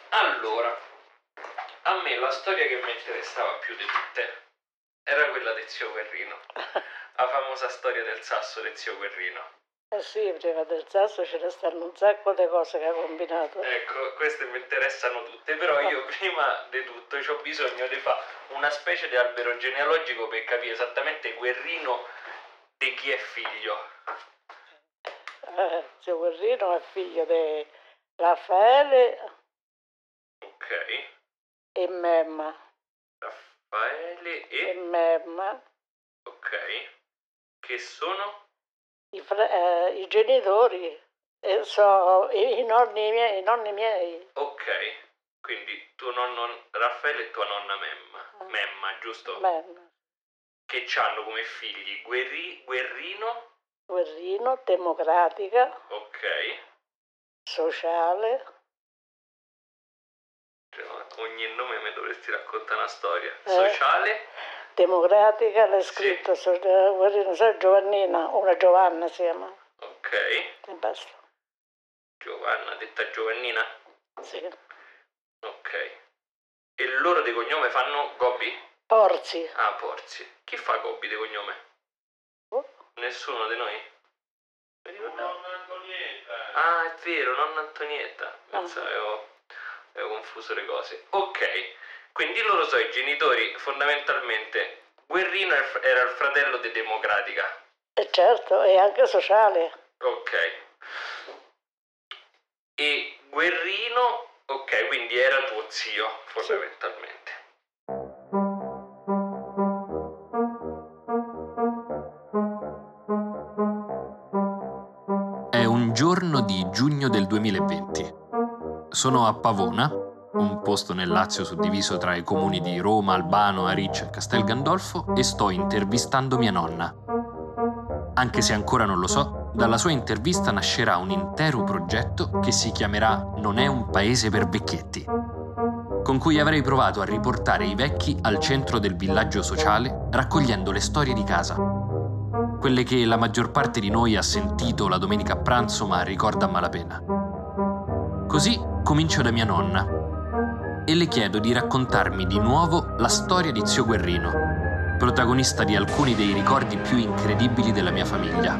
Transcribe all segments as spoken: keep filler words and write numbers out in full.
Allora, a me la storia che mi interessava più di tutte era quella del zio Guerrino. La famosa storia del sasso del zio Guerrino. Eh sì, prima del sasso ce ne stanno un sacco di cose che ha combinato. Ecco, queste mi interessano tutte, però io prima di tutto ho bisogno di fare una specie di albero genealogico per capire esattamente Guerrino di chi è figlio. Eh, zio Guerrino è figlio di Raffaele Ok. e Memma. Raffaele E e... Memma. Ok. Che sono? I, fre- eh, i genitori eh, sono i, i nonni miei, i nonni miei. Ok. Quindi tuo nonno Raffaele e tua nonna Memma. Ah. Memma, giusto? Memma. Che hanno come figli Guerri... Guerrino. Guerrino, democratica, Ok. sociale. Cioè, ogni nome mi dovresti raccontare una storia. Eh. Sociale. Democratica, l'hai Sì. scritto, so, eh, Guerrino, so, Giovannina, una Giovanna si chiama. Ok. E basta. Giovanna, detta Giovannina. Sì. Ok. E loro di cognome fanno Gobbi? Porzi. Ah, Porzi. Chi fa Gobbi di cognome? Oh. Nessuno di noi? Mi ricordavo. Nonna Antonietta. Ah, è vero, nonna Antonietta. Pensa, Ah. avevo, avevo confuso le cose. Ok. Quindi loro sono i genitori, fondamentalmente. Guerrino era il fratello di Democratica. E certo, e anche sociale. Ok. E Guerrino, ok, quindi era tuo zio, fondamentalmente. È un giorno di giugno del duemilaventi. Sono a Pavona, un posto nel Lazio suddiviso tra i comuni di Roma, Albano, Ariccia e Castel Gandolfo, e sto intervistando mia nonna. Anche se ancora non lo so, dalla sua intervista nascerà un intero progetto che si chiamerà Non è un paese per vecchietti, con cui avrei provato a riportare i vecchi al centro del villaggio sociale, raccogliendo le storie di casa. Quelle che la maggior parte di noi ha sentito la domenica a pranzo ma ricorda a malapena. Così comincio da mia nonna e le chiedo di raccontarmi di nuovo la storia di zio Guerrino, protagonista di alcuni dei ricordi più incredibili della mia famiglia.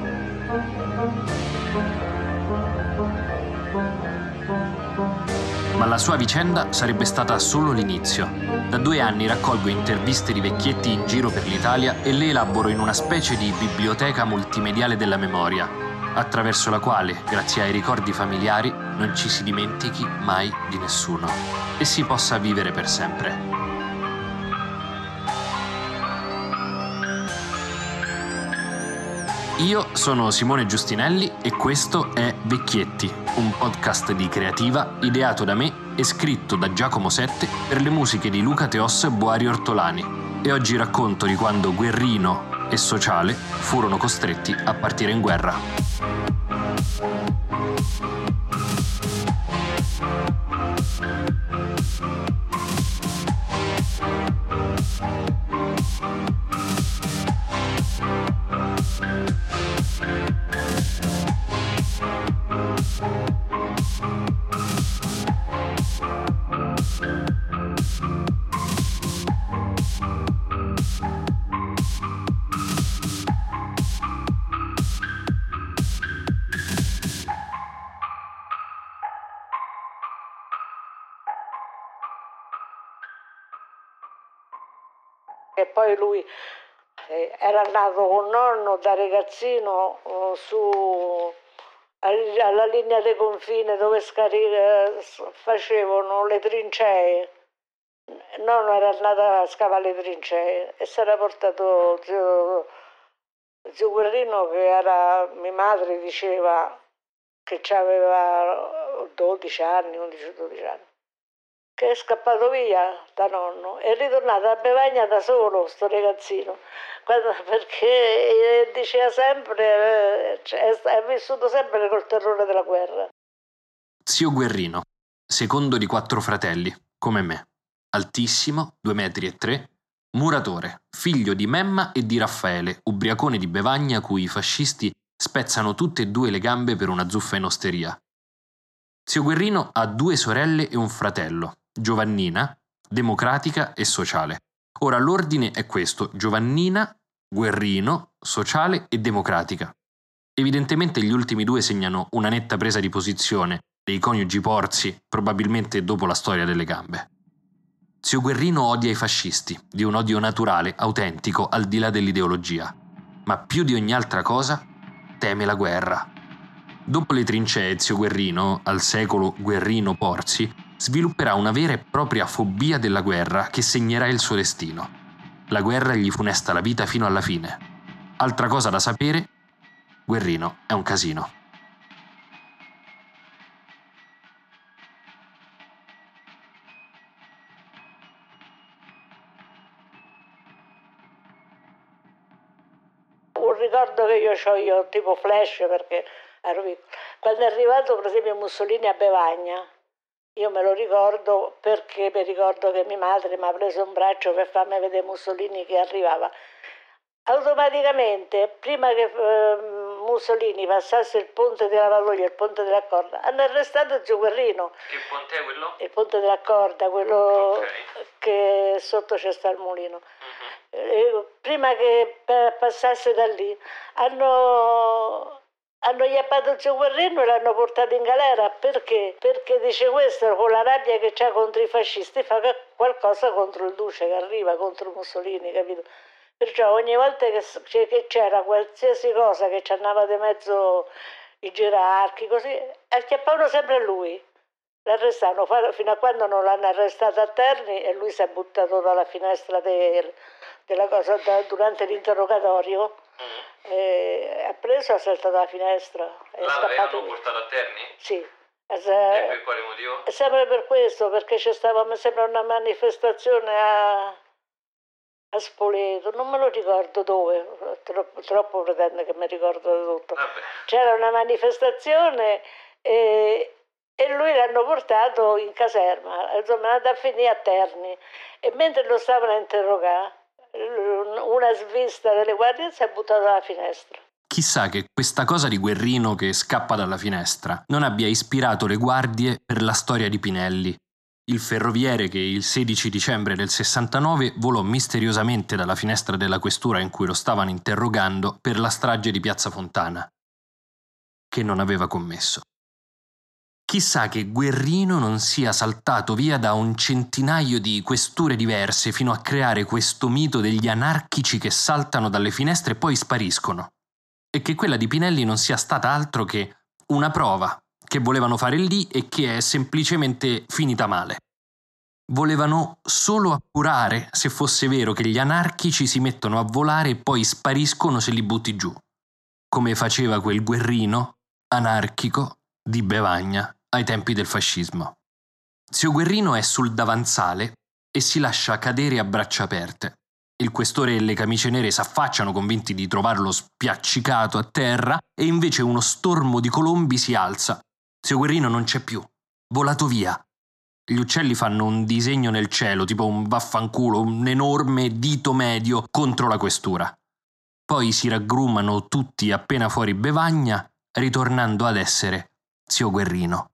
Ma la sua vicenda sarebbe stata solo l'inizio. Da due anni raccolgo interviste di vecchietti in giro per l'Italia e le elaboro in una specie di biblioteca multimediale della memoria, attraverso la quale, grazie ai ricordi familiari, non ci si dimentichi mai di nessuno e si possa vivere per sempre. Io sono Simone Giustinelli e questo è Vecchietti, un podcast di Creativa ideato da me e scritto da Giacomo Sette per le musiche di Luca Teos e Boari Ortolani. E oggi racconto di quando Guerrino e Sociale furono costretti a partire in guerra. E poi lui eh, era andato con nonno da ragazzino eh, su all- alla linea di confine dove scari- facevano le trincee. Nonno era andato a scavare le trincee e si era portato zio, zio Guerrino, che era, mia madre diceva che aveva dodici anni, undici dodici anni, che è scappato via da nonno, è ritornato a Bevagna da solo, sto ragazzino, perché diceva sempre, cioè, è vissuto sempre col terrore della guerra. Zio Guerrino, secondo di quattro fratelli, come me, altissimo, due metri e tre, muratore, figlio di Memma e di Raffaele, ubriacone di Bevagna cui i fascisti spezzano tutte e due le gambe per una zuffa in osteria. Zio Guerrino ha due sorelle e un fratello, Giovannina, democratica e sociale. Ora l'ordine è questo: Giovannina, Guerrino, sociale e democratica. Evidentemente gli ultimi due segnano una netta presa di posizione dei coniugi Porzi, probabilmente dopo la storia delle gambe. Zio Guerrino odia i fascisti, di un odio naturale, autentico, al di là dell'ideologia, ma più di ogni altra cosa teme la guerra. Dopo le trincee, zio Guerrino, al secolo Guerrino-Porzi, svilupperà una vera e propria fobia della guerra che segnerà il suo destino. La guerra gli funesta la vita fino alla fine. Altra cosa da sapere: Guerrino è un casino. Un ricordo che io ho io, tipo flash, perché ero piccola. Quando è arrivato per esempio Mussolini a Bevagna, io me lo ricordo perché mi ricordo che mia madre mi ha preso un braccio per farmi vedere Mussolini che arrivava. Automaticamente, prima che eh, Mussolini passasse il ponte della Valloglia, il ponte della Corda, hanno arrestato zio Guerrino. Che ponte è quello? Il ponte della Corda, quello Ok. che sotto c'è sta il mulino. Mhm. Eh, prima che pa- passasse da lì, hanno, hanno iappato zio Guerrino e l'hanno portato in galera. Perché? Perché dice questo, con la rabbia che c'ha contro i fascisti, fa qualcosa contro il duce che arriva, contro Mussolini, capito? Perciò ogni volta che, che c'era qualsiasi cosa che ci andava di mezzo i gerarchi, così, acchiappavano sempre lui. L'arrestavano fino a quando non l'hanno arrestato a Terni e lui si è buttato dalla finestra de, della cosa da, durante l'interrogatorio. Mm. E ha preso, ha saltato dalla finestra. È Là scappato l'avevano via. portato a Terni? Sì. È, E per quale motivo? è sempre per questo, perché c'è stata, mi sembra, una manifestazione a, a Spoleto, non me lo ricordo dove, troppo, troppo pretende che mi ricordo tutto. Vabbè. C'era una manifestazione e, e lui l'hanno portato in caserma, insomma è andato a finire a Terni, e mentre lo stavano a interrogare, una svista delle guardie si è buttata dalla finestra. Chissà che questa cosa di Guerrino che scappa dalla finestra non abbia ispirato le guardie per la storia di Pinelli, il ferroviere che il sedici dicembre del sessantanove volò misteriosamente dalla finestra della questura in cui lo stavano interrogando per la strage di Piazza Fontana, che non aveva commesso. Chissà che Guerrino non sia saltato via da un centinaio di questure diverse fino a creare questo mito degli anarchici che saltano dalle finestre e poi spariscono, e che quella di Pinelli non sia stata altro che una prova che volevano fare lì e che è semplicemente finita male. Volevano solo appurare se fosse vero che gli anarchici si mettono a volare e poi spariscono se li butti giù, come faceva quel Guerrino anarchico di Bevagna ai tempi del fascismo. Zio Guerrino è sul davanzale e si lascia cadere a braccia aperte. Il questore e le camicie nere s'affacciano convinti di trovarlo spiaccicato a terra e invece uno stormo di colombi si alza. Zio Guerrino non c'è più, volato via. Gli uccelli fanno un disegno nel cielo, tipo un vaffanculo, un enorme dito medio contro la questura. Poi si raggrumano tutti appena fuori Bevagna, ritornando ad essere zio Guerrino.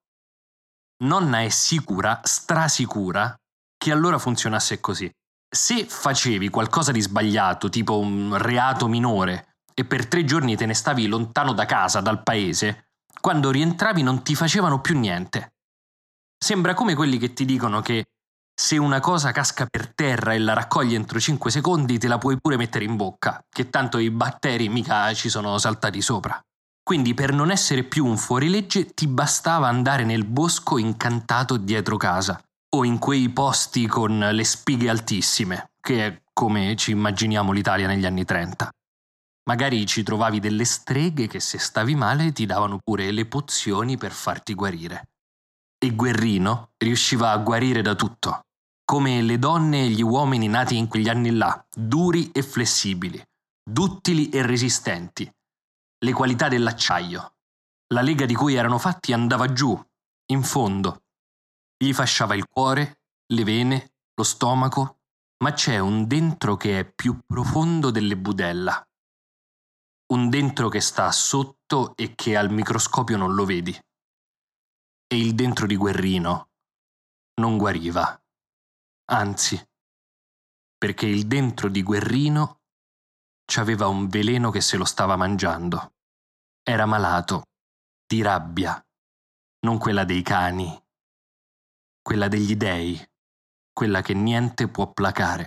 Nonna è sicura, strasicura, che allora funzionasse così. Se facevi qualcosa di sbagliato, tipo un reato minore, e per tre giorni te ne stavi lontano da casa, dal paese, quando rientravi non ti facevano più niente. Sembra come quelli che ti dicono che se una cosa casca per terra e la raccogli entro cinque secondi te la puoi pure mettere in bocca, che tanto i batteri mica ci sono saltati sopra. Quindi per non essere più un fuorilegge ti bastava andare nel bosco incantato dietro casa, o in quei posti con le spighe altissime, che è come ci immaginiamo l'Italia negli anni trenta. Magari ci trovavi delle streghe che se stavi male ti davano pure le pozioni per farti guarire. E Guerrino riusciva a guarire da tutto, come le donne e gli uomini nati in quegli anni là, duri e flessibili, duttili e resistenti. Le qualità dell'acciaio. La lega di cui erano fatti andava giù, in fondo. Gli fasciava il cuore, le vene, lo stomaco, ma c'è un dentro che è più profondo delle budella. Un dentro che sta sotto e che al microscopio non lo vedi. e il dentro di Guerrino non guariva. Anzi, perché il dentro di Guerrino c'aveva un veleno che se lo stava mangiando. Era malato, di rabbia, non quella dei cani, quella degli dèi, quella che niente può placare.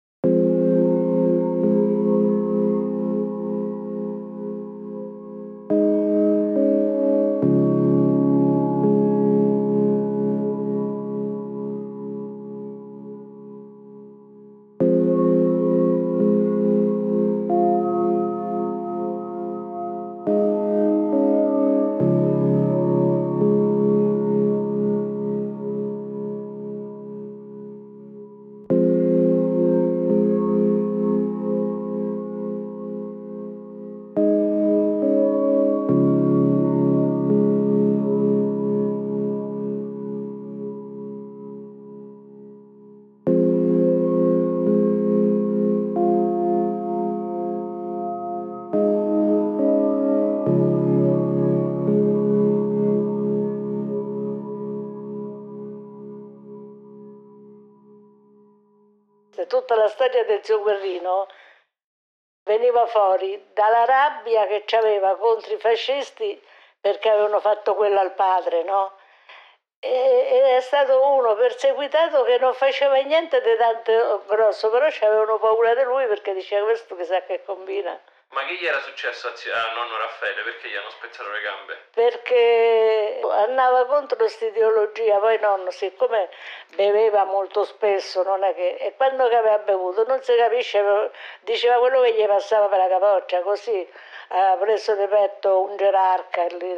Tutta la storia del zio Guerrino veniva fuori dalla rabbia che c'aveva contro i fascisti perché avevano fatto quello al padre, no? E è stato uno perseguitato che non faceva niente di tanto grosso, però avevano paura di lui perché diceva questo chissà che combina. Ma che gli era successo a, zio, a nonno Raffaele? Perché gli hanno spezzato le gambe? Perché andava contro questa ideologia, poi nonno siccome beveva molto spesso, non è che, e quando che aveva bevuto non si capisce, diceva quello che gli passava per la capoccia, così ha preso di petto un gerarca lì,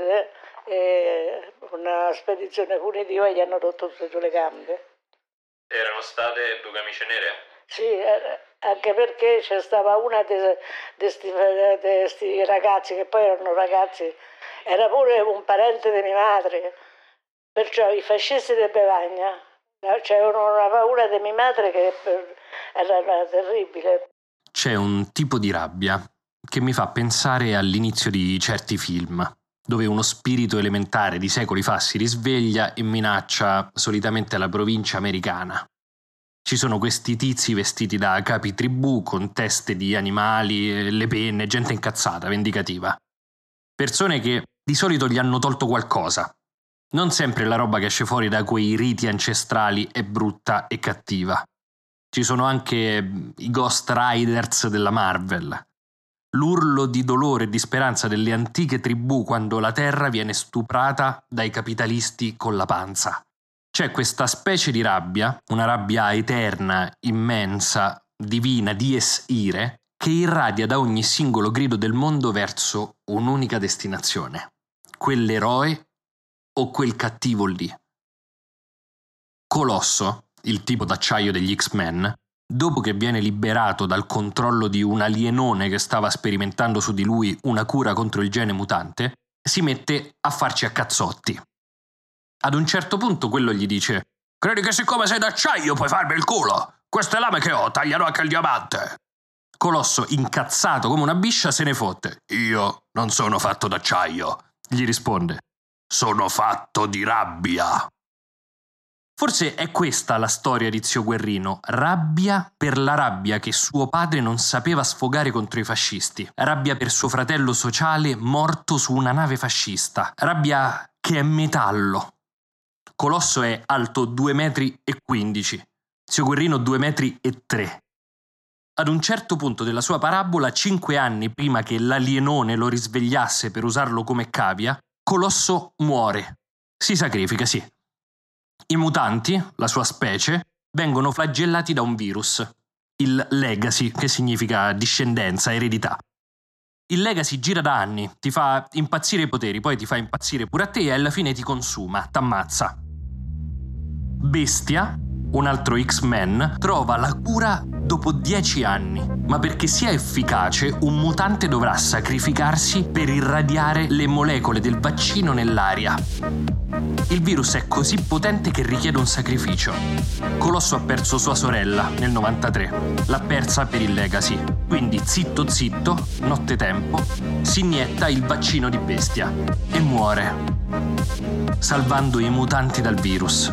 e una spedizione punitiva e gli hanno rotto tutte le gambe. Erano state due camicie nere? Sì, anche perché c'è stava una di questi ragazzi, che poi erano ragazzi, era pure un parente di mia madre, perciò i fascisti di Bevagna c'erano una paura di mia madre che era terribile. C'è un tipo di rabbia che mi fa pensare all'inizio di certi film, dove uno spirito elementare di secoli fa si risveglia e minaccia solitamente la provincia americana. Ci sono questi tizi vestiti da capi tribù con teste di animali, le penne, gente incazzata, vendicativa. Persone che di solito gli hanno tolto qualcosa. Non sempre la roba che esce fuori da quei riti ancestrali è brutta e cattiva. Ci sono anche i Ghost Riders della Marvel. L'urlo di dolore e di speranza delle antiche tribù quando la terra viene stuprata dai capitalisti con la panza. C'è questa specie di rabbia, una rabbia eterna, immensa, divina, dies irae, che irradia da ogni singolo grido del mondo verso un'unica destinazione, quell'eroe o quel cattivo lì. Colosso, il tipo d'acciaio degli X-Men, dopo che viene liberato dal controllo di un alienone che stava sperimentando su di lui una cura contro il gene mutante, si mette a farci a cazzotti. Ad un certo punto quello gli dice: «Credi che siccome sei d'acciaio puoi farmi il culo? Queste lame che ho tagliano anche il diamante!» Colosso, incazzato come una biscia, se ne fotte. «Io non sono fatto d'acciaio», gli risponde. «Sono fatto di rabbia». Forse è questa la storia di zio Guerrino, rabbia per la rabbia che suo padre non sapeva sfogare contro i fascisti, rabbia per suo fratello sociale morto su una nave fascista, rabbia che è metallo. Colosso è alto due metri e quindici, zio Guerrino due metri e tre. Ad un certo punto della sua parabola, cinque anni prima che l'alienone lo risvegliasse per usarlo come cavia, Colosso muore. Si sacrifica, sì. I mutanti, la sua specie, vengono flagellati da un virus, il legacy, che significa discendenza, eredità. Il legacy gira da anni, ti fa impazzire i poteri, poi ti fa impazzire pure a te e alla fine ti consuma, t'ammazza. Bestia, un altro X-Men, trova la cura dopo dieci anni, ma perché sia efficace un mutante dovrà sacrificarsi per irradiare le molecole del vaccino nell'aria. Il virus è così potente che richiede un sacrificio. Colosso ha perso sua sorella nel novantatré, l'ha persa per il legacy, quindi zitto zitto, nottetempo, si inietta il vaccino di Bestia e muore. salvando i mutanti dal virus.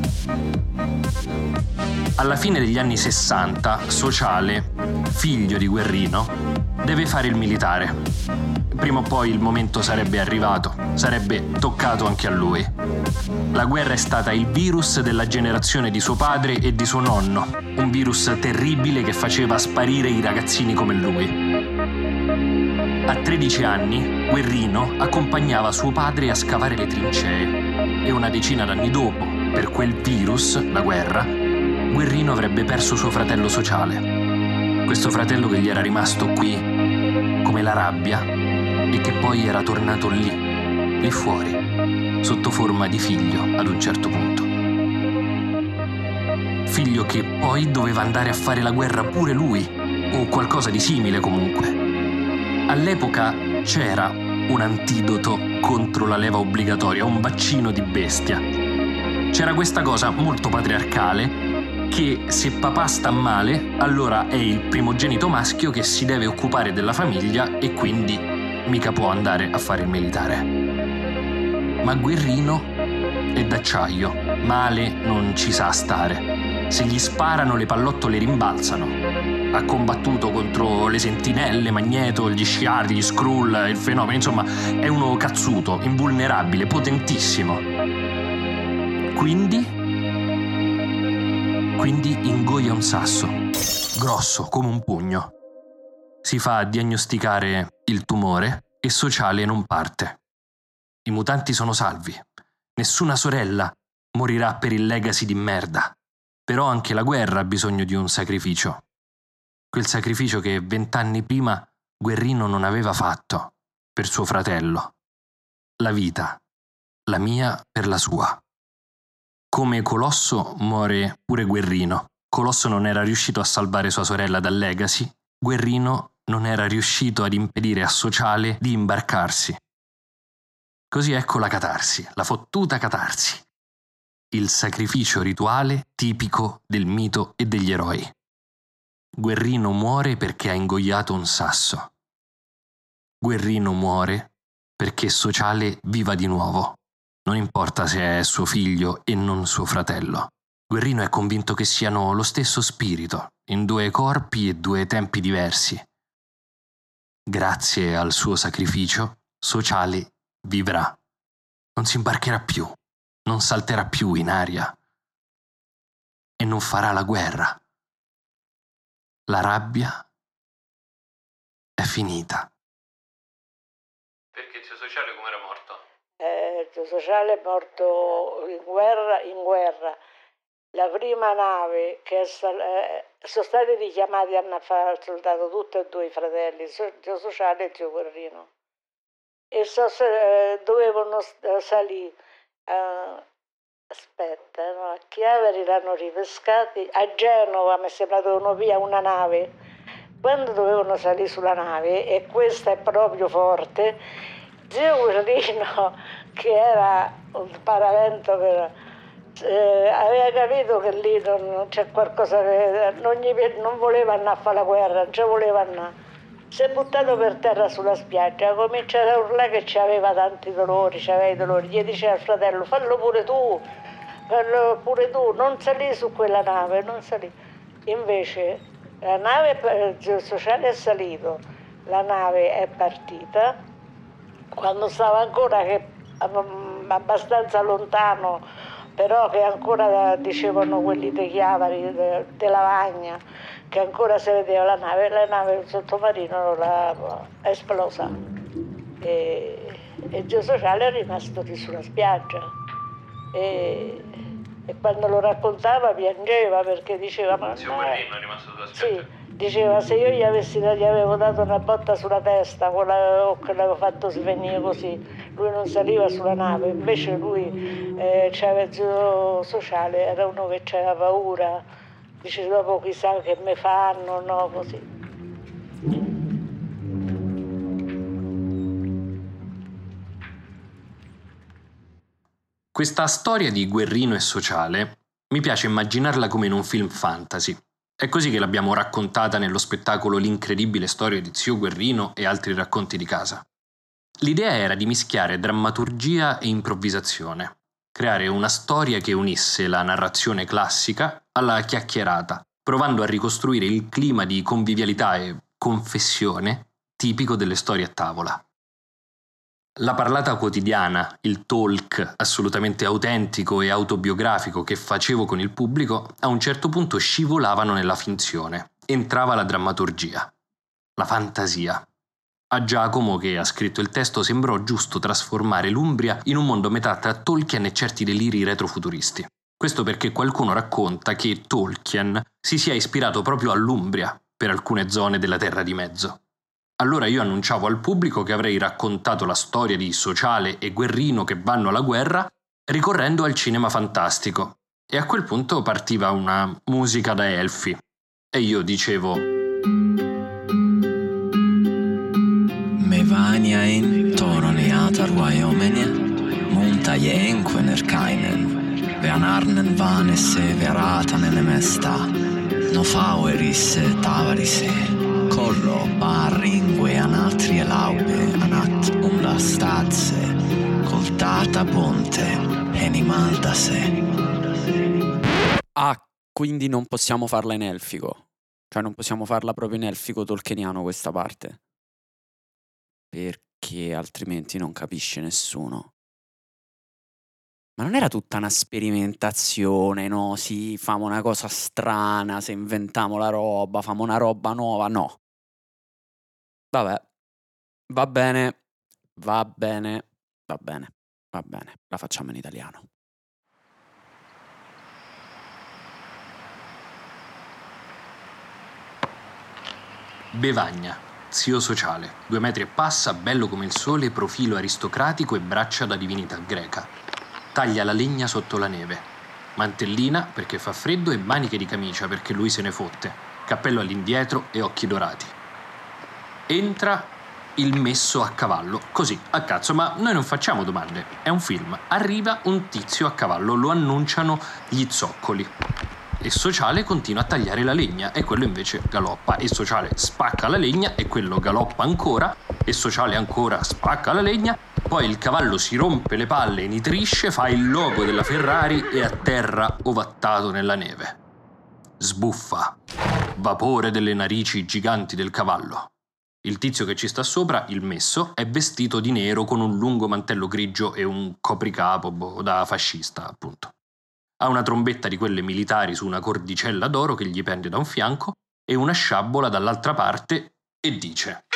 Alla fine degli anni sessanta, Sociale, figlio di Guerrino, deve fare il militare. Prima o poi il momento sarebbe arrivato, sarebbe toccato anche a lui. La guerra è stata il virus della generazione di suo padre e di suo nonno, un virus terribile che faceva sparire i ragazzini come lui. A tredici anni, Guerrino accompagnava suo padre a scavare le trincee e una decina d'anni dopo, per quel virus, la guerra, Guerrino avrebbe perso suo fratello Sociale. Questo fratello che gli era rimasto qui, come la rabbia, e che poi era tornato lì, lì fuori, sotto forma di figlio ad un certo punto. Figlio che poi doveva andare a fare la guerra pure lui, o qualcosa di simile comunque. All'epoca c'era un antidoto contro la leva obbligatoria, un vaccino di bestia. C'era questa cosa molto patriarcale che se papà sta male, allora è il primogenito maschio che si deve occupare della famiglia e quindi mica può andare a fare il militare. Ma Guerrino è d'acciaio, male non ci sa stare. Se gli sparano le pallottole rimbalzano. Ha combattuto contro le sentinelle, Magneto, gli sciardi, gli Skrull, il fenomeno, insomma è uno cazzuto, invulnerabile, potentissimo. Quindi... Quindi ingoia un sasso, grosso come un pugno. Si fa diagnosticare il tumore e Sociale non parte. I mutanti sono salvi. Nessuna sorella morirà per il legacy di merda. Però anche la guerra ha bisogno di un sacrificio. Quel sacrificio che vent'anni prima Guerrino non aveva fatto per suo fratello. La vita, la mia per la sua. Come Colosso muore pure Guerrino. Colosso non era riuscito a salvare sua sorella dal legacy. Guerrino non era riuscito ad impedire a Sociale di imbarcarsi. Così ecco la catarsi, la fottuta catarsi. Il sacrificio rituale tipico del mito e degli eroi. Guerrino muore perché ha ingoiato un sasso. Guerrino muore perché Sociale viva di nuovo. Non importa se è suo figlio e non suo fratello. Guerrino è convinto che siano lo stesso spirito, in due corpi e due tempi diversi. Grazie al suo sacrificio, Sociale vivrà. Non si imbarcherà più, non salterà più in aria e non farà la guerra. La rabbia è finita. Perché zio Sociale come era morto? Eh, il Sociale è morto in guerra, in guerra. La prima nave che è sal- eh, sono stati richiamati a fare il soldato tutti e due i fratelli, zio Sociale e zio Guerrino. E so, eh, dovevano salire. Eh, aspetta, no, a Chiavari l'hanno ripescati, a Genova mi sembra dovevano via una nave. Quando dovevano salire sulla nave, e questa è proprio forte, zio Guerrino, che era un paravento, che eh, aveva capito che lì non c'è qualcosa che non, gli, non voleva andare a fare la guerra, non ci voleva andare. Si è buttato per terra sulla spiaggia, ha cominciato a urlare che aveva tanti dolori, c'aveva i dolori. Gli diceva al fratello: fallo pure tu, fallo pure tu, non salì su quella nave, non salì. Invece la nave, il Sociale è salito, la nave è partita, quando stava ancora che, abbastanza lontano, però che ancora dicevano quelli dei Chiavari, de, de Lavagna, che ancora si vedeva la nave, la nave il sottomarino l'ha esplosa e, e zio Sociale è rimasto lì sulla spiaggia e, e quando lo raccontava piangeva perché diceva: ma zio Guerrino è rimasto sulla spiaggia? Sì, diceva: se io gli, avessi, gli avevo dato una botta sulla testa quella, o che l'avevo fatto svenire così, lui non saliva sulla nave. Invece lui eh, c'aveva zio Sociale, era uno che c'aveva paura. Dice: dopo chissà che mi fanno, no, così. Questa storia di Guerrino e Sociale mi piace immaginarla come in un film fantasy. È così che l'abbiamo raccontata nello spettacolo L'incredibile storia di zio Guerrino e altri racconti di casa. L'idea era di mischiare drammaturgia e improvvisazione, creare una storia che unisse la narrazione classica alla chiacchierata, provando a ricostruire il clima di convivialità e confessione tipico delle storie a tavola. La parlata quotidiana, il talk assolutamente autentico e autobiografico che facevo con il pubblico, a un certo punto scivolavano nella finzione. Entrava la drammaturgia, la fantasia. A Giacomo, che ha scritto il testo, sembrò giusto trasformare l'Umbria in un mondo metà tra Tolkien e certi deliri retrofuturisti. Questo perché qualcuno racconta che Tolkien si sia ispirato proprio all'Umbria per alcune zone della Terra di Mezzo. Allora io annunciavo al pubblico che avrei raccontato la storia di Sociale e Guerrino che vanno alla guerra ricorrendo al cinema fantastico. E a quel punto partiva una musica da elfi. E io dicevo: Mevaniain toroniatar Wyomenia, Montajenquen erkainen, Veanarnen vanesse veratanen emesta, Nofauerisse tavarise. Collo barringue anatrie laube anat umla stazze coltata ponte enimaldase. Ah, quindi non possiamo farla in elfico, cioè non possiamo farla proprio in elfico tolkieniano questa parte, perché altrimenti non capisce nessuno. Ma non era tutta una sperimentazione, no? Sì, famo una cosa strana, se inventiamo la roba, famo una roba nuova, no. Vabbè, va bene, va bene, va bene, va bene, la facciamo in italiano. Bevagna, zio Sociale, due metri e passa, bello come il sole, profilo aristocratico e braccia da divinità greca. Taglia la legna sotto la neve. Mantellina perché fa freddo e maniche di camicia perché lui se ne fotte. Cappello all'indietro e occhi dorati. Entra il messo a cavallo, così, a cazzo, ma noi non facciamo domande, è un film. Arriva un tizio a cavallo, lo annunciano gli zoccoli. E Sociale continua a tagliare la legna e quello invece galoppa. E Sociale spacca la legna e quello galoppa ancora. E Sociale ancora spacca la legna. Poi il cavallo si rompe le palle, nitrisce, fa il logo della Ferrari e atterra ovattato nella neve. Sbuffa. Vapore delle narici giganti del cavallo. Il tizio che ci sta sopra, il messo, è vestito di nero con un lungo mantello grigio e un copricapo boh, da fascista, appunto. Ha una trombetta di quelle militari su una cordicella d'oro che gli pende da un fianco e una sciabola dall'altra parte e dice: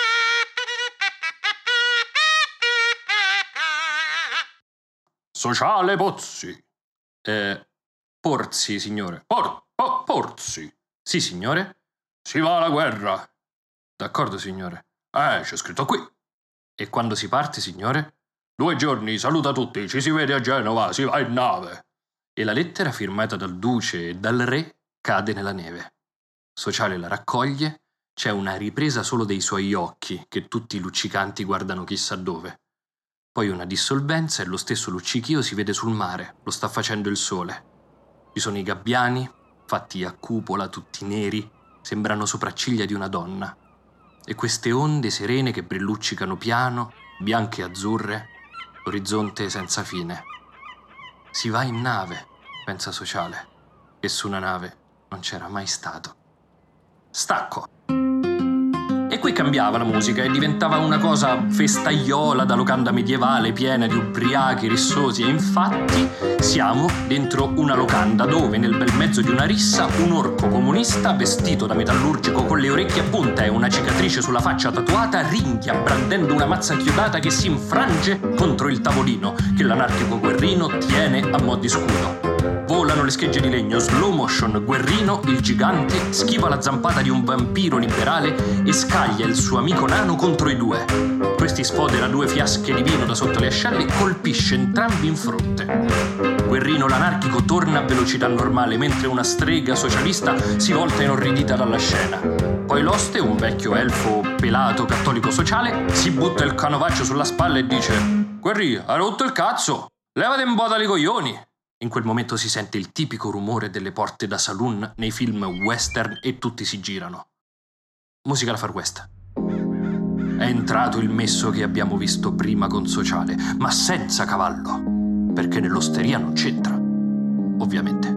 Sociale Pozzi. Eh, Porzi, signore. Por, por, Porzi. Sì, signore. Si va alla guerra. D'accordo, signore. Eh, c'è scritto qui. E quando si parte, signore? Due giorni, saluta tutti, ci si vede a Genova, si va in nave. E la lettera firmata dal duce e dal re cade nella neve. Sociale la raccoglie, c'è una ripresa solo dei suoi occhi, che tutti luccicanti guardano chissà dove. Poi una dissolvenza e lo stesso luccichio si vede sul mare, lo sta facendo il sole. Ci sono i gabbiani, fatti a cupola, tutti neri, sembrano sopracciglia di una donna. E queste onde serene che brilluccicano piano, bianche e azzurre, l'orizzonte senza fine. Si va in nave, pensa Sociale, che su una nave non c'era mai stato. Stacco. E qui cambiava la musica e diventava una cosa festaiola da locanda medievale piena di ubriachi rissosi e infatti siamo dentro una locanda dove nel bel mezzo di una rissa un orco comunista vestito da metallurgico con le orecchie a punta e una cicatrice sulla faccia tatuata ringhia brandendo una mazza chiodata che si infrange contro il tavolino che l'anarchico Guerrino tiene a mo' di scudo. Volano le schegge di legno, slow motion, Guerrino, il gigante, schiva la zampata di un vampiro liberale e scaglia il suo amico nano contro i due. Questi sfodera due fiasche di vino da sotto le ascelle e colpisce entrambi in fronte. Guerrino l'anarchico torna a velocità normale mentre una strega socialista si volta inorridita dalla scena. Poi l'oste, un vecchio elfo pelato cattolico sociale, si butta il canovaccio sulla spalla e dice: Guerri, hai rotto il cazzo, levate un po' dai coglioni. In quel momento si sente il tipico rumore delle porte da saloon nei film western e tutti si girano. Musica alla Far West. è entrato il messo che abbiamo visto prima con Sociale, ma senza cavallo, perché nell'osteria non c'entra, ovviamente.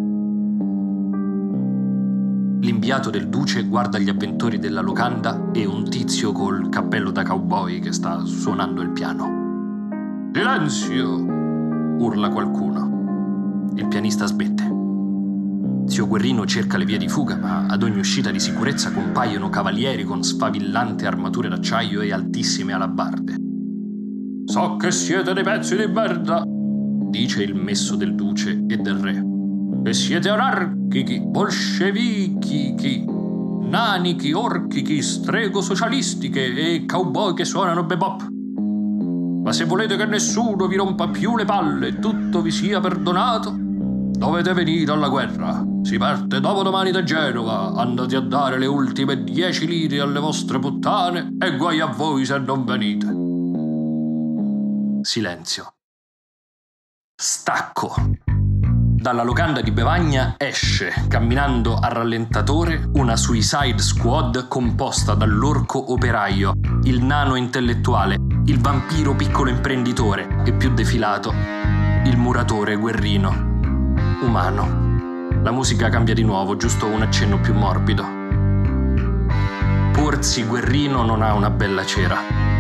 L'inviato del duce guarda gli avventori della locanda e un tizio col cappello da cowboy che sta suonando il piano. «Silenzio!» urla qualcuno. Il pianista smette. Zio Guerrino cerca le vie di fuga, ma ad ogni uscita di sicurezza compaiono cavalieri con sfavillanti armature d'acciaio e altissime alabarde. «So che siete dei pezzi di merda!» dice il messo del duce e del re. «E siete anarchichi, bolscevichi, nanichi, orchichi, strego socialistiche e cowboy che suonano bebop. Ma se volete che nessuno vi rompa più le palle e tutto vi sia perdonato, dovete venire alla guerra. Si parte dopodomani da Genova, andate a dare le ultime dieci lire alle vostre puttane e guai a voi se non venite». Silenzio. Stacco. Dalla locanda di Bevagna esce, camminando a rallentatore, una Suicide Squad composta dall'orco operaio, il nano intellettuale, il vampiro piccolo imprenditore e più defilato, il muratore Guerrino. Umano. La musica cambia di nuovo, giusto un accenno più morbido. Porzi Guerrino non ha una bella cera.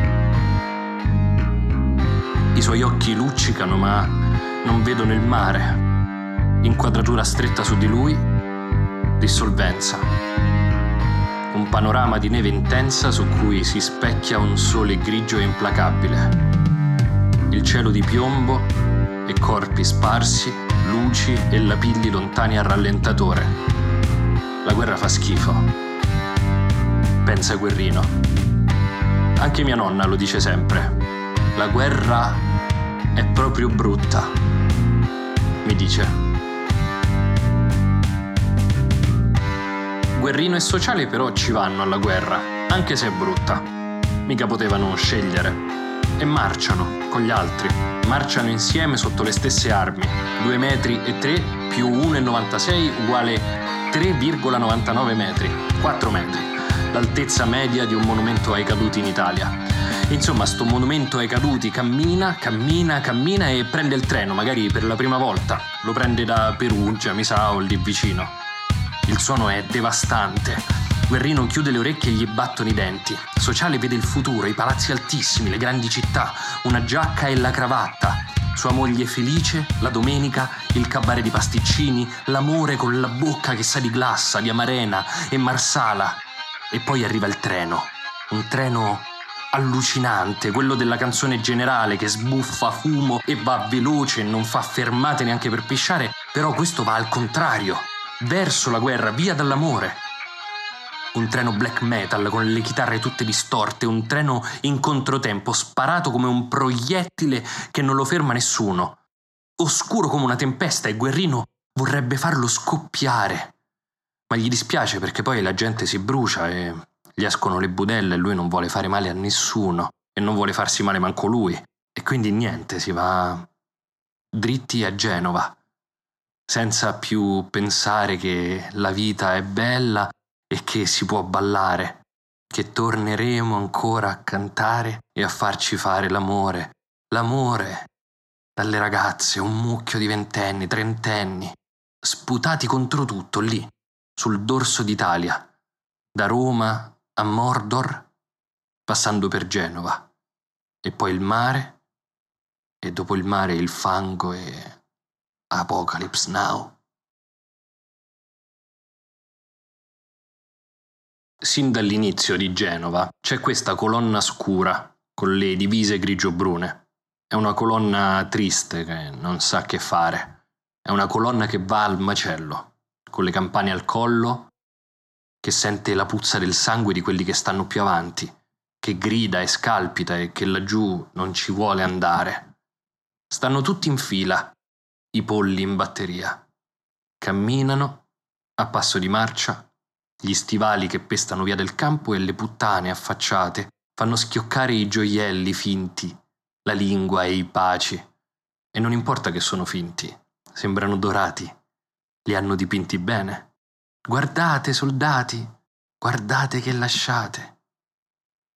I suoi occhi luccicano, ma non vedono il mare. Inquadratura stretta su di lui, dissolvenza. Un panorama di neve intensa su cui si specchia un sole grigio e implacabile. Il cielo di piombo e corpi sparsi, luci e lapilli lontani a rallentatore. La guerra fa schifo. Pensa Guerrino. Anche mia nonna lo dice sempre. La guerra è proprio brutta, mi dice. Guerrino e Sociale però ci vanno alla guerra, anche se è brutta. Mica potevano scegliere. E marciano con gli altri. Marciano insieme sotto le stesse armi. due metri e tre più uno virgola novantasei uguale tre virgola novantanove metri. quattro metri. L'altezza media di un monumento ai caduti in Italia. Insomma, sto monumento ai caduti cammina, cammina, cammina e prende il treno, magari per la prima volta. Lo prende da Perugia, mi sa, o lì vicino. Il suono è devastante. Guerrino chiude le orecchie e gli battono i denti. Sociale vede il futuro, i palazzi altissimi, le grandi città, una giacca e la cravatta. Sua moglie felice, la domenica, il cabaret di pasticcini, l'amore con la bocca che sa di glassa, di amarena e marsala. E poi arriva il treno. Un treno allucinante, quello della canzone generale che sbuffa fumo e va veloce e non fa fermate neanche per pisciare, però questo va al contrario. Verso la guerra, via dall'amore. Un treno black metal con le chitarre tutte distorte, un treno in controtempo, sparato come un proiettile che non lo ferma nessuno. Oscuro come una tempesta e Guerrino vorrebbe farlo scoppiare. Ma gli dispiace perché poi la gente si brucia e gli escono le budelle e lui non vuole fare male a nessuno e non vuole farsi male manco lui. E quindi niente, si va dritti a Genova. Senza più pensare che la vita è bella e che si può ballare, che torneremo ancora a cantare e a farci fare l'amore. L'amore dalle ragazze, un mucchio di ventenni, trentenni, sputati contro tutto lì, sul dorso d'Italia, da Roma a Mordor, passando per Genova, e poi il mare, e dopo il mare il fango e Apocalypse Now. Sin dall'inizio di Genova c'è questa colonna scura con le divise grigio-brune. È una colonna triste che non sa che fare. È una colonna che va al macello, con le campane al collo, che sente la puzza del sangue di quelli che stanno più avanti, che grida e scalpita e che laggiù non ci vuole andare. Stanno tutti in fila, i polli in batteria. Camminano a passo di marcia, gli stivali che pestano via del campo e le puttane affacciate fanno schioccare i gioielli finti, la lingua e i paci. E non importa che sono finti, sembrano dorati. Li hanno dipinti bene. Guardate, soldati, guardate che lasciate.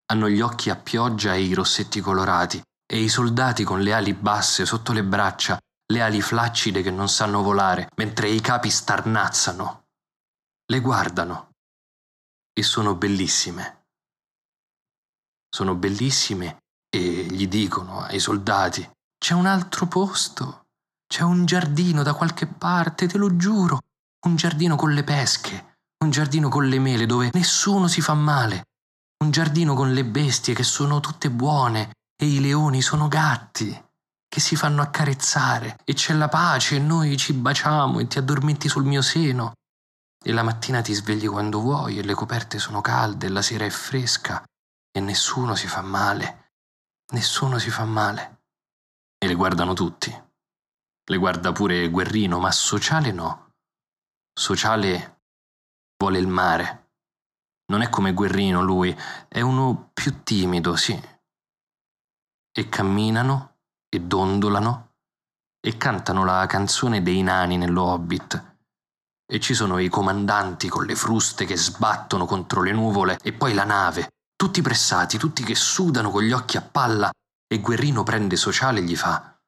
Hanno gli occhi a pioggia e i rossetti colorati, e i soldati con le ali basse sotto le braccia, le ali flaccide che non sanno volare, mentre i capi starnazzano. Le guardano e sono bellissime. Sono bellissime e gli dicono ai soldati: c'è un altro posto, c'è un giardino da qualche parte, te lo giuro, un giardino con le pesche, un giardino con le mele dove nessuno si fa male, un giardino con le bestie che sono tutte buone e i leoni sono gatti che si fanno accarezzare e c'è la pace e noi ci baciamo e ti addormenti sul mio seno e la mattina ti svegli quando vuoi e le coperte sono calde e la sera è fresca e nessuno si fa male, nessuno si fa male. E le guardano tutti. Le guarda pure Guerrino, ma Sociale no. Sociale vuole il mare. Non è come Guerrino lui, è uno più timido, sì. E camminano e dondolano e cantano la canzone dei nani nello Hobbit. E ci sono i comandanti con le fruste che sbattono contro le nuvole e poi la nave, tutti pressati, tutti che sudano con gli occhi a palla e Guerrino prende Sociale e gli fa: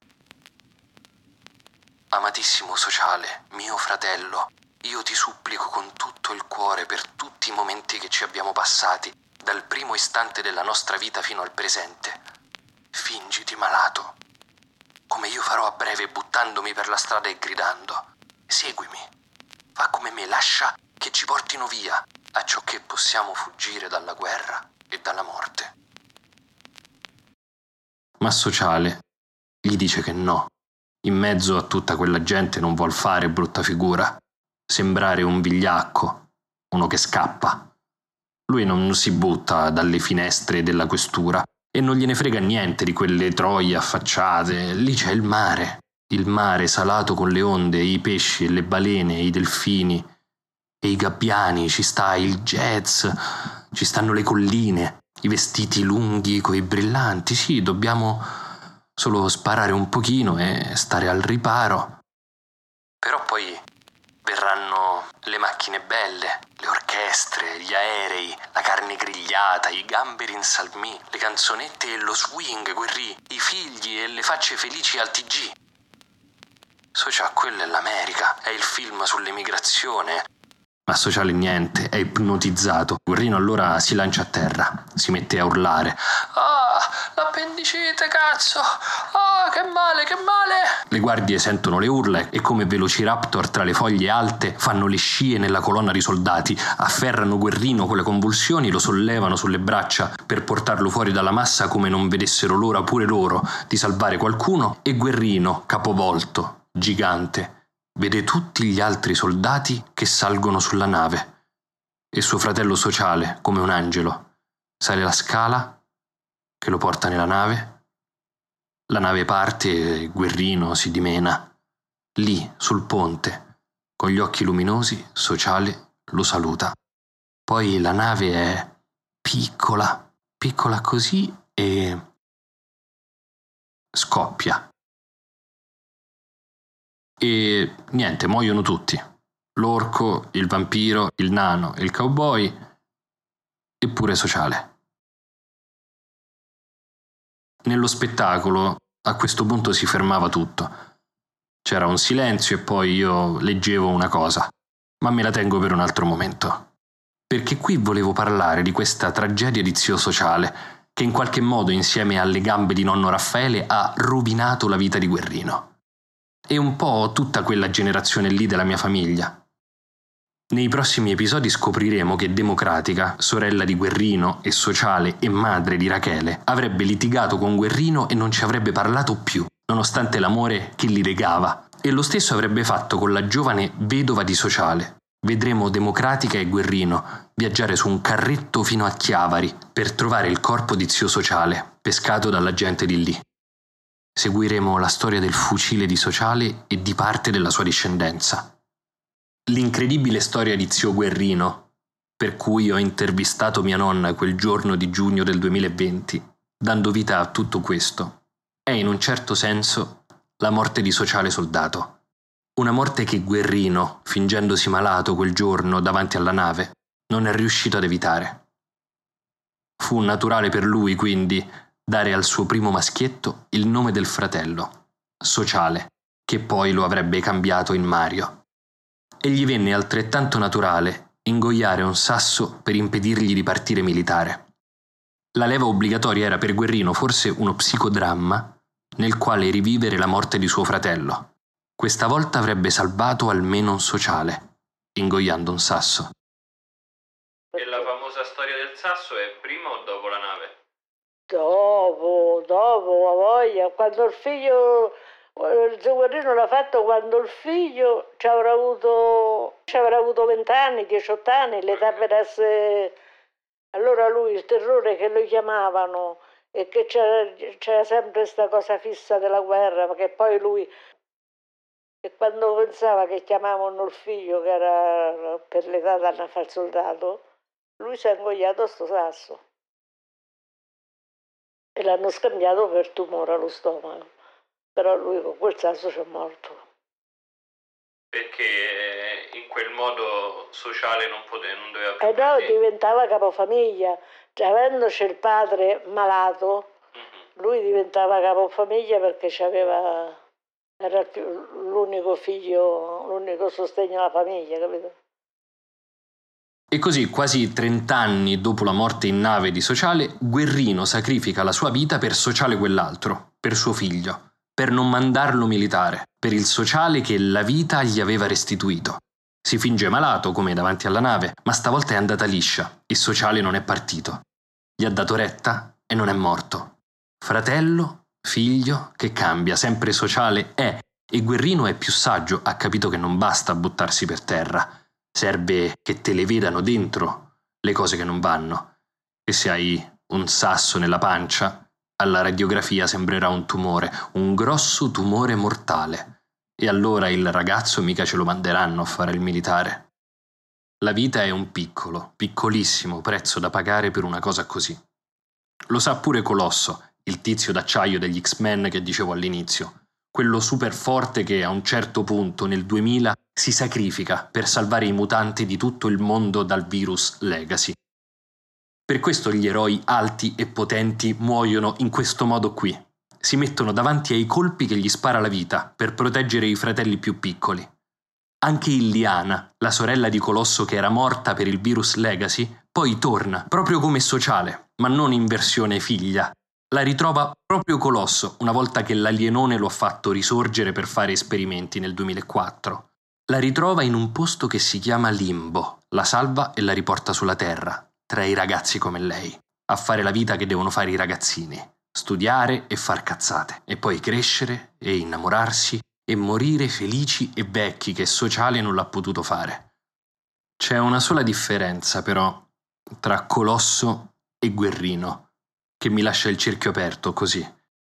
amatissimo Sociale, mio fratello, io ti supplico con tutto il cuore per tutti i momenti che ci abbiamo passati, dal primo istante della nostra vita fino al presente. Fingiti malato, come io farò a breve buttandomi per la strada e gridando: seguimi, fa come me, lascia che ci portino via, acciò che possiamo fuggire dalla guerra e dalla morte. Ma Sociale gli dice che no. In mezzo a tutta quella gente non vuol fare brutta figura, sembrare un vigliacco, uno che scappa. Lui non si butta dalle finestre della questura e non gliene frega niente di quelle troie affacciate. Lì c'è il mare, il mare salato con le onde, i pesci e le balene, i delfini e i gabbiani, ci sta il jazz, ci stanno le colline, i vestiti lunghi coi brillanti. Sì, dobbiamo solo sparare un pochino e stare al riparo. Però poi verranno le macchine belle, le orchestre, gli aerei, la carne grigliata, i gamberi in salmì, le canzonette e lo swing, Guerrì, i figli e le facce felici al T G. Socià, quella è l'America, è il film sull'emigrazione. Ma Sociale niente, è ipnotizzato. Guerrino allora si lancia a terra, si mette a urlare: ah, l'appendicite, cazzo! Ah, che male, che male! Le guardie sentono le urla e come velociraptor tra le foglie alte fanno le scie nella colonna di soldati, afferrano Guerrino con le convulsioni, lo sollevano sulle braccia per portarlo fuori dalla massa come non vedessero l'ora pure loro di salvare qualcuno e Guerrino, capovolto, gigante, vede tutti gli altri soldati che salgono sulla nave e suo fratello Sociale, come un angelo, sale la scala che lo porta nella nave. La nave parte e Guerrino si dimena. Lì, sul ponte, con gli occhi luminosi, Sociale lo saluta. Poi la nave è piccola, piccola così e scoppia. E niente, muoiono tutti. L'orco, il vampiro, il nano, il cowboy e pure Sociale. Nello spettacolo a questo punto si fermava tutto. C'era un silenzio e poi io leggevo una cosa, ma me la tengo per un altro momento. Perché qui volevo parlare di questa tragedia di zio Sociale che in qualche modo insieme alle gambe di nonno Raffaele ha rovinato la vita di Guerrino. E un po' tutta quella generazione lì della mia famiglia. Nei prossimi episodi scopriremo che Democratica, sorella di Guerrino e Sociale e madre di Rachele, avrebbe litigato con Guerrino e non ci avrebbe parlato più, nonostante l'amore che li legava. E lo stesso avrebbe fatto con la giovane vedova di Sociale. Vedremo Democratica e Guerrino viaggiare su un carretto fino a Chiavari per trovare il corpo di zio Sociale, pescato dalla gente di lì. Seguiremo la storia del fucile di Sociale e di parte della sua discendenza. L'incredibile storia di zio Guerrino, per cui ho intervistato mia nonna quel giorno di giugno del duemilaventi, dando vita a tutto questo, è in un certo senso la morte di Sociale soldato. Una morte che Guerrino, fingendosi malato quel giorno davanti alla nave, non è riuscito ad evitare. Fu naturale per lui, quindi, dare al suo primo maschietto il nome del fratello, Sociale, che poi lo avrebbe cambiato in Mario. E gli venne altrettanto naturale ingoiare un sasso per impedirgli di partire militare. La leva obbligatoria era per Guerrino forse uno psicodramma nel quale rivivere la morte di suo fratello. Questa volta avrebbe salvato almeno un Sociale, ingoiando un sasso. E la famosa storia del sasso è prima o dopo la nave? Dopo, dopo, a voglia, quando il figlio, il zio Guerrino l'ha fatto quando il figlio ci avrà avuto, ci avrà avuto venti anni, diciotto anni, l'età per essere... Allora lui, il terrore che lo chiamavano, e che c'era, c'era sempre questa cosa fissa della guerra, perché poi lui, e quando pensava che chiamavano il figlio, che era per l'età da andare a fare il soldato, lui si è ingoiato a sto sasso. E l'hanno scambiato per tumore allo stomaco, però lui con quel sasso c'è morto. Perché in quel modo Sociale non, poteva, non doveva più... E no, diventava capofamiglia, cioè, avendoci il padre malato, mm-hmm. lui diventava capofamiglia perché c'aveva, era più, l'unico figlio, l'unico sostegno alla famiglia, capito? E così, quasi trent'anni dopo la morte in nave di Sociale, Guerrino sacrifica la sua vita per Sociale quell'altro, per suo figlio, per non mandarlo militare, per il Sociale che la vita gli aveva restituito. Si finge malato, come davanti alla nave, ma stavolta è andata liscia e Sociale non è partito. Gli ha dato retta e non è morto. Fratello, figlio, che cambia, sempre Sociale è, e Guerrino è più saggio, ha capito che non basta buttarsi per terra. Serve che te le vedano dentro le cose che non vanno. E se hai un sasso nella pancia, alla radiografia sembrerà un tumore, un grosso tumore mortale. E allora il ragazzo mica ce lo manderanno a fare il militare. La vita è un piccolo, piccolissimo prezzo da pagare per una cosa così. Lo sa pure Colosso, il tizio d'acciaio degli X-Men che dicevo all'inizio. Quello super forte che a un certo punto nel duemila si sacrifica per salvare i mutanti di tutto il mondo dal virus Legacy. Per questo gli eroi alti e potenti muoiono in questo modo qui. Si mettono davanti ai colpi che gli spara la vita per proteggere i fratelli più piccoli. Anche Illiana, la sorella di Colosso che era morta per il virus Legacy, poi torna, proprio come Sociale, ma non in versione figlia. La ritrova proprio Colosso, una volta che l'alienone lo ha fatto risorgere per fare esperimenti nel duemilaquattro. La ritrova in un posto che si chiama Limbo, la salva e la riporta sulla Terra, tra i ragazzi come lei, a fare la vita che devono fare i ragazzini, studiare e far cazzate, e poi crescere e innamorarsi e morire felici e vecchi che Sociale non l'ha potuto fare. C'è una sola differenza però tra Colosso e Guerrino, che mi lascia il cerchio aperto così.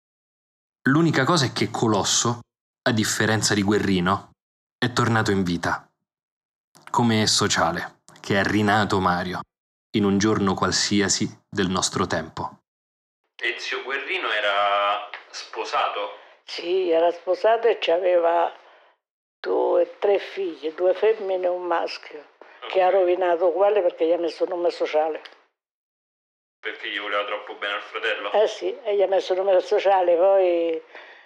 L'unica cosa è che Colosso, a differenza di Guerrino, è tornato in vita, come Sociale, che è rinato Mario, in un giorno qualsiasi del nostro tempo. E zio Guerrino era sposato? Sì, era sposato e aveva due, tre figlie, due femmine e un maschio, okay. Che ha rovinato uguale perché gli ha messo il nome Sociale. Perché gli voleva troppo bene al fratello? Eh sì, e gli ha messo il nome Sociale, poi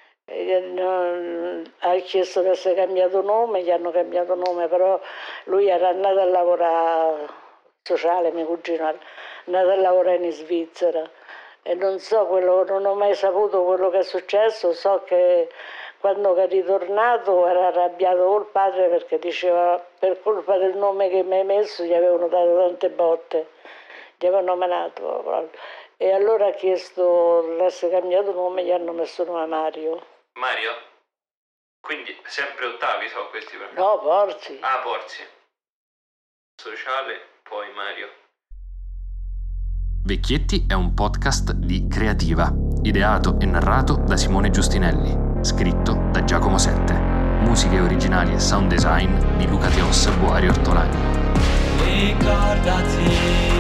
non, ha chiesto di essere cambiato nome, gli hanno cambiato nome, però lui era andato a lavorare, Sociale, mio cugino, è andato a lavorare in Svizzera e non so, quello, non ho mai saputo quello che è successo, so che quando è ritornato era arrabbiato col padre perché diceva per colpa del nome che mi hai messo gli avevano dato tante botte, gli avevano menato. E allora ha chiesto di essere cambiato nome, gli hanno messo nome Mario. Mario? Quindi sempre Ottavi sono questi per me? No, Porzi. Ah, Porzi. Sociale, poi Mario. Vecchietti è un podcast di Creativa, ideato e narrato da Simone Giustinelli, scritto da Giacomo Sette, musiche originali e sound design di Luca Teos Boari Ortolani. Ricordati,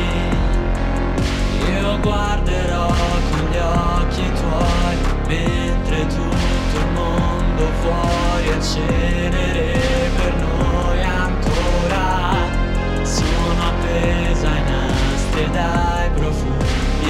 io guarderò con gli occhi tuoi, mentre tutto il mondo fuori è cenere per noi ancora. Sono appesa ai nastri dai profumi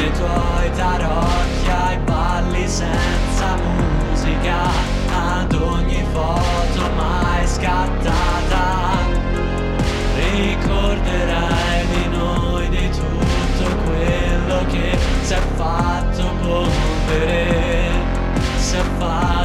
si è fatto polvere, si è fatto